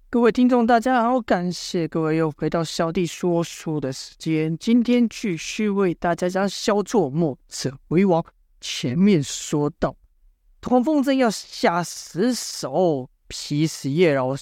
各位听众大家好，感谢各位又回到小弟说书的时间。今天继续为大家讲小作墨者为王。前面说到，童风正要下死手劈死谢老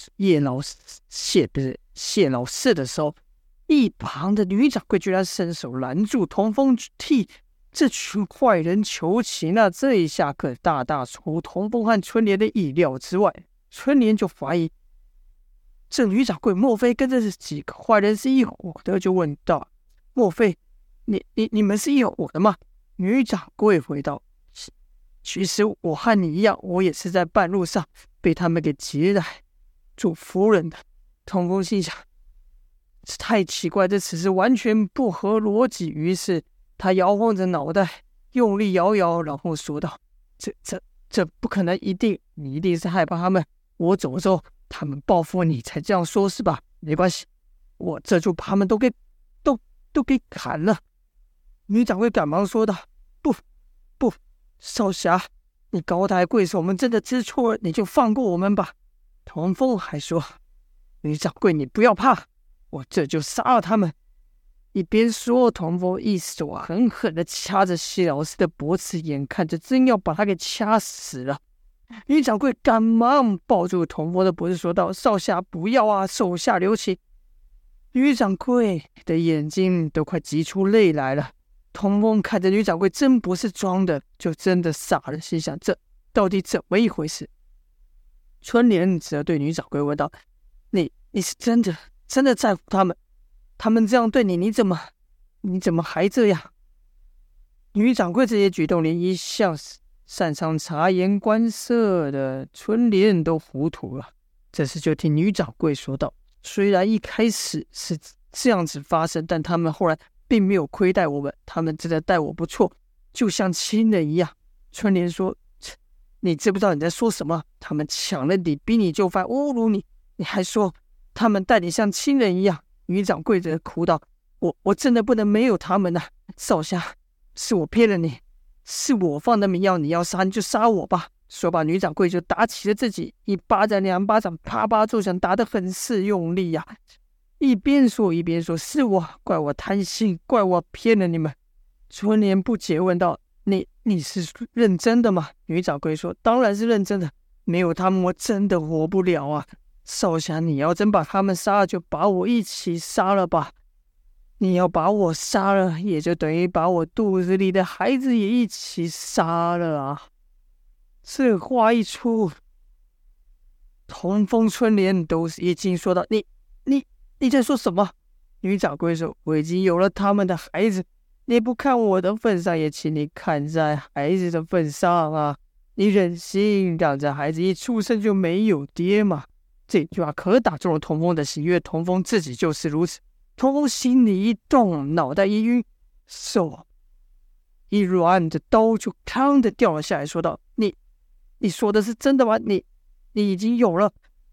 四的时候，一旁的女掌柜居然伸手拦住童风，替这群坏人求情啊！这一下可大大出乎童风和春莲的意料之外。春莲就怀疑这女掌柜莫非跟这几个坏人是一伙的，就问道：“莫非你们是一伙的吗？”女掌柜回道：“其实我和你一样，我也是在半路上被他们给劫来做夫人的。”童风心想，这太奇怪，这此事完全不合逻辑。于是他摇晃着脑袋，用力摇摇，然后说道：“这不可能，你一定是害怕他们。我走的时候，他们报复你才这样说，是吧？没关系，我这就把他们都给砍了。”女掌柜赶忙说道：“不，少侠，你高抬贵手，我们真的知错了，你就放过我们吧。”童风还说：“女掌柜，你不要怕，我这就杀了他们。”一边说，童风一手狠狠地掐着谢老师的脖子，眼看着真要把他给掐死了。女掌柜赶忙抱住童风的脖子说道：“少侠不要啊，手下留情。”女掌柜的眼睛都快挤出泪来了。童风看着女掌柜真不是装的，就真的傻了，心想这到底怎么一回事。春莲则对女掌柜问道：“你是真的在乎他们？他们这样对你，你怎么还这样？”女掌柜这些举动，连一向擅长察言观色的春莲都糊涂了。这时就听女掌柜说道：“虽然一开始是这样子发生，但他们后来并没有亏待我们，他们真的待我不错，就像亲人一样。”春莲说：“你知不知道你在说什么？他们抢了你，逼你就范，侮辱你，你还说他们待你像亲人一样。”女掌柜则哭道：“我真的不能没有他们啊！少侠，是我骗了你，是我放的明药，你要杀你就杀我吧。”说罢，女掌柜就打起了自己，一巴掌两巴掌，啪啪作响，打得很是用力呀。一边说一边说：“是我，怪我贪心，怪我骗了你们。”春莲不解问道：“你是认真的吗？”女掌柜说：“当然是认真的，没有他们我真的活不了啊。少侠，你要真把他们杀了，就把我一起杀了吧。你要把我杀了，也就等于把我肚子里的孩子也一起杀了啊！”这话一出，童风、春莲都是一惊，说道：“你在说什么？”女掌柜说：“我已经有了他们的孩子，你不看我的份上，也请你看在孩子的份上啊！你忍心让这孩子一出生就没有爹吗？”这句话可打中了童风的心，因为童风自己就是如此。童风心里一动，脑袋一晕，手一软，的刀就嘡的掉了下来，说道：“你说的是真的吗？你已经有了？”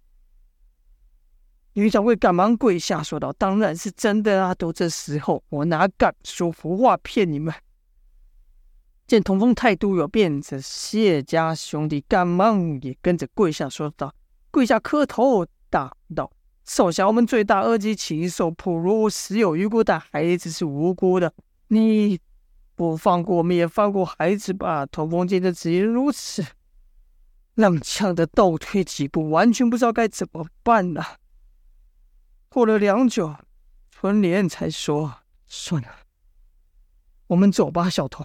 女掌柜赶忙跪下说道：“当然是真的啊！都这时候，我哪敢说胡话骗你们？”见童风态度有变，这谢家兄弟赶忙也跟着跪下说道：“跪下磕头答道：少侠，我们罪大恶极，禽兽不如，死有余辜，但孩子是无辜的，你不放过我们，也放过孩子吧。”童风见这只因如此，踉跄的倒退几步，完全不知道该怎么办了。过了良久，春莲才说：“算了，我们走吧，小童。”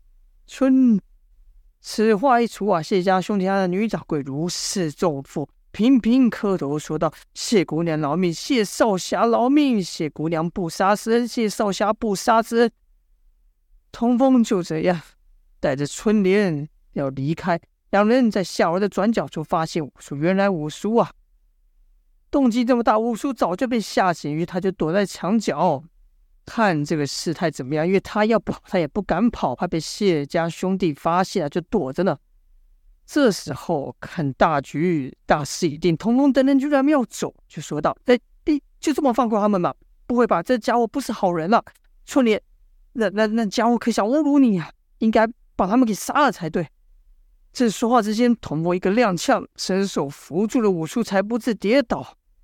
此话一出啊，谢家兄弟的女掌柜如释重负，频频磕头说道：“谢姑娘饶命，谢少侠饶命，谢姑娘不杀之恩，谢少侠不杀之恩。”童风就这样带着春莲要离开，两人在下楼的转角处发现武叔。原来武叔啊，动机这么大，武叔早就被吓醒，于他就躲在墙角看这个事态怎么样，因为他要跑他也不敢跑，怕被谢家兄弟发现，就躲着呢。这时候看大局大势已定，童风等人居然要走，就说道：“就这么放过他们吗？不会吧，这家伙不是好人啊！春莲，那家伙可想侮辱你啊，应该把他们给杀了才对。”正说话之间，童风一个踉跄，伸手扶住了武叔，才不致跌倒。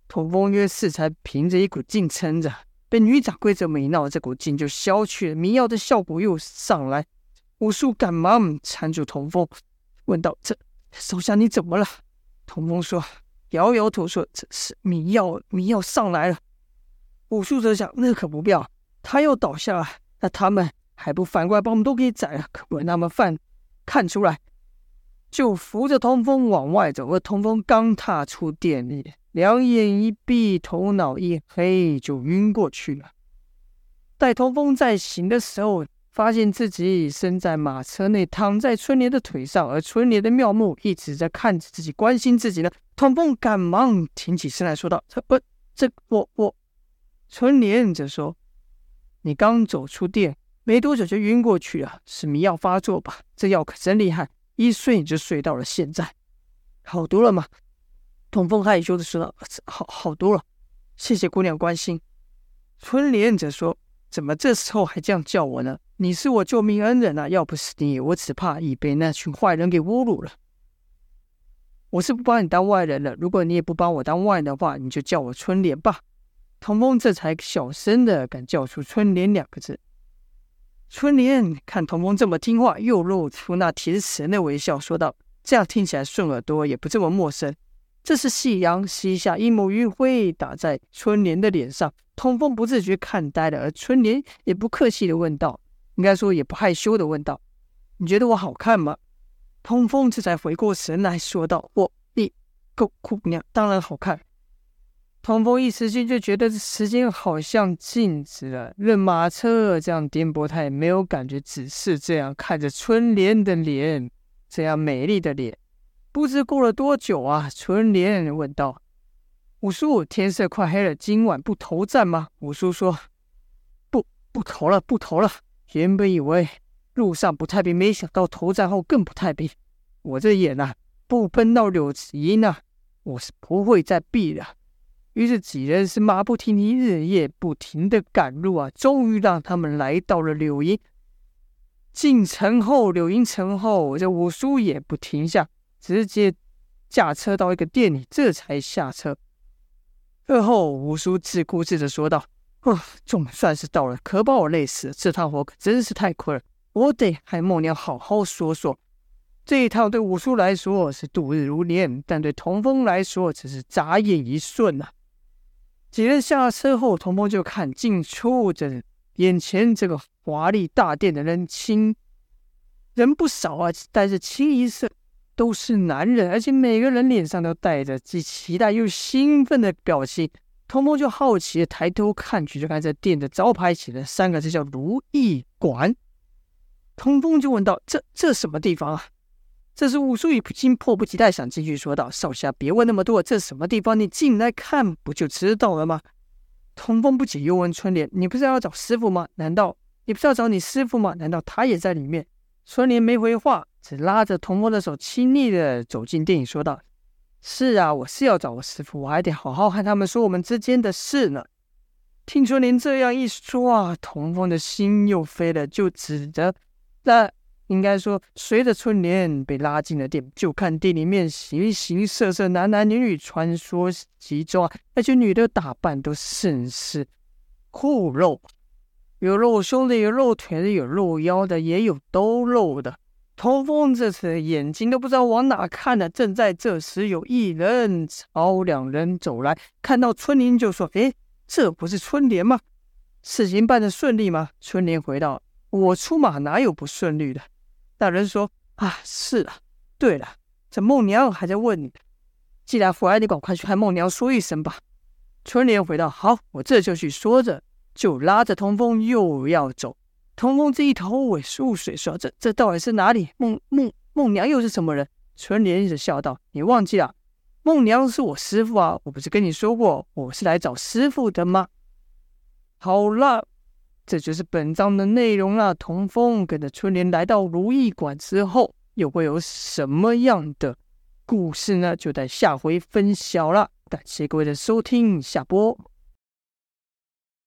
童风约4才凭着一股劲撑着，被女掌柜这么一闹，这股劲就消去了，迷药的效果又上来。武术赶忙搀住童风，问道：“手下你怎么了？”童风摇摇头说：“这是迷药上来了。”武术则想：“那可不妙，他要倒下来，那他们还不反过来把我们都给宰了？可不能让他们看出来。”就扶着童风往外走，而童风刚踏出店里，两眼一闭，头脑一黑，就晕过去了。待童风再醒的时候，发现自己身在马车内，躺在春莲的腿上，而春莲的妙目一直在看着自己，关心自己呢。童风赶忙挺起身来说道：“我。”春莲则说：“你刚走出店没多久就晕过去了，是迷药发作吧？这药可真厉害，一睡你就睡到了现在，好多了吗？”童风害羞的说道：“好多了，谢谢姑娘关心。”春莲则说：“怎么这时候还这样叫我呢？你是我救命恩人啊，要不是你，我只怕已被那群坏人给侮辱了。我是不把你当外人了，如果你也不把我当外人的话，你就叫我春莲吧。”童风这才小声的敢叫出春莲2个字。春莲看童风这么听话，又露出那甜神的微笑，说道：“这样听起来顺耳朵，也不这么陌生。”这是夕阳西下，一抹余晖打在春莲的脸上，童风不自觉看呆了，而春莲也不客气的问道，应该说也不害羞的问道：“你觉得我好看吗？”童风这才回过神来说道：“姑娘当然好看。”童风一时间就觉得这时间好像静止了，任马车这样颠簸，他也没有感觉，只是这样看着春莲的脸，这样美丽的脸。不知过了多久啊，春莲问道：“武叔，天色快黑了，今晚不投战吗？”武叔说：“不投了。原本以为路上不太平，没想到投战后更不太平。我这眼啊，不奔到柳子营啊，我是不会再避了。”于是几人是马不停蹄，日夜不停的赶路啊，终于让他们来到了柳营。进城后，柳营城后，这武叔也不停下，直接驾车到一个店里，这才下车。而后武叔自顾自的说道：“总算是到了，可把我累死了，这趟活可真是太亏了，我得和孟娘好好说说。”这一趟对武叔来说是度日如年，但对童风来说只是眨眼一瞬啊。几人下车后，童风就看进出这眼前这个华丽大殿的人不少啊，但是清一色都是男人，而且每个人脸上都带着既期待又兴奋的表情。童风就好奇的抬头看去，就看这店的招牌写了3个字叫如意馆。童风就问道：“这什么地方啊？”这时武叔已经迫不及待想进去，说道：“少侠别问那么多，这什么地方？你进来看不就知道了吗？”童风不解，又问春莲：“你不是要找师傅吗？难道你不是要找你师傅吗？难道他也在里面？”春莲没回话，只拉着童风的手，亲昵的走进店里，说道：“是啊，我是要找我师傅，我还得好好和他们说我们之间的事呢。”听春莲这样一说啊，童风的心又飞了，就应该说随着春莲被拉进了店，就看店里面形形色色，男男女女穿梭其中啊，而且女的打扮都甚是酷肉，有露胸的，有露腿的，有露腰的，也有都露的。童风这次眼睛都不知道往哪看了。正在这时，有一人朝2人走来，看到春莲就说：“这不是春莲吗？事情办得顺利吗？”春莲回道：“我出马哪有不顺利的？”那人说：“是啊，对了，这孟娘还在问你，既然回来，你赶快去和孟娘说一声吧。”春莲回道：“好，我这就去。”说着就拉着童风又要走。童风这一头尾雾水，说：“这到底是哪里？孟娘又是什么人？”春莲一直笑道：“你忘记了，孟娘是我师父啊，我不是跟你说过我是来找师父的吗？”好了，这就是本章的内容了。童风跟着春莲来到如意馆之后，又会有什么样的故事呢？就在下回分晓了。感谢各位的收听，下播。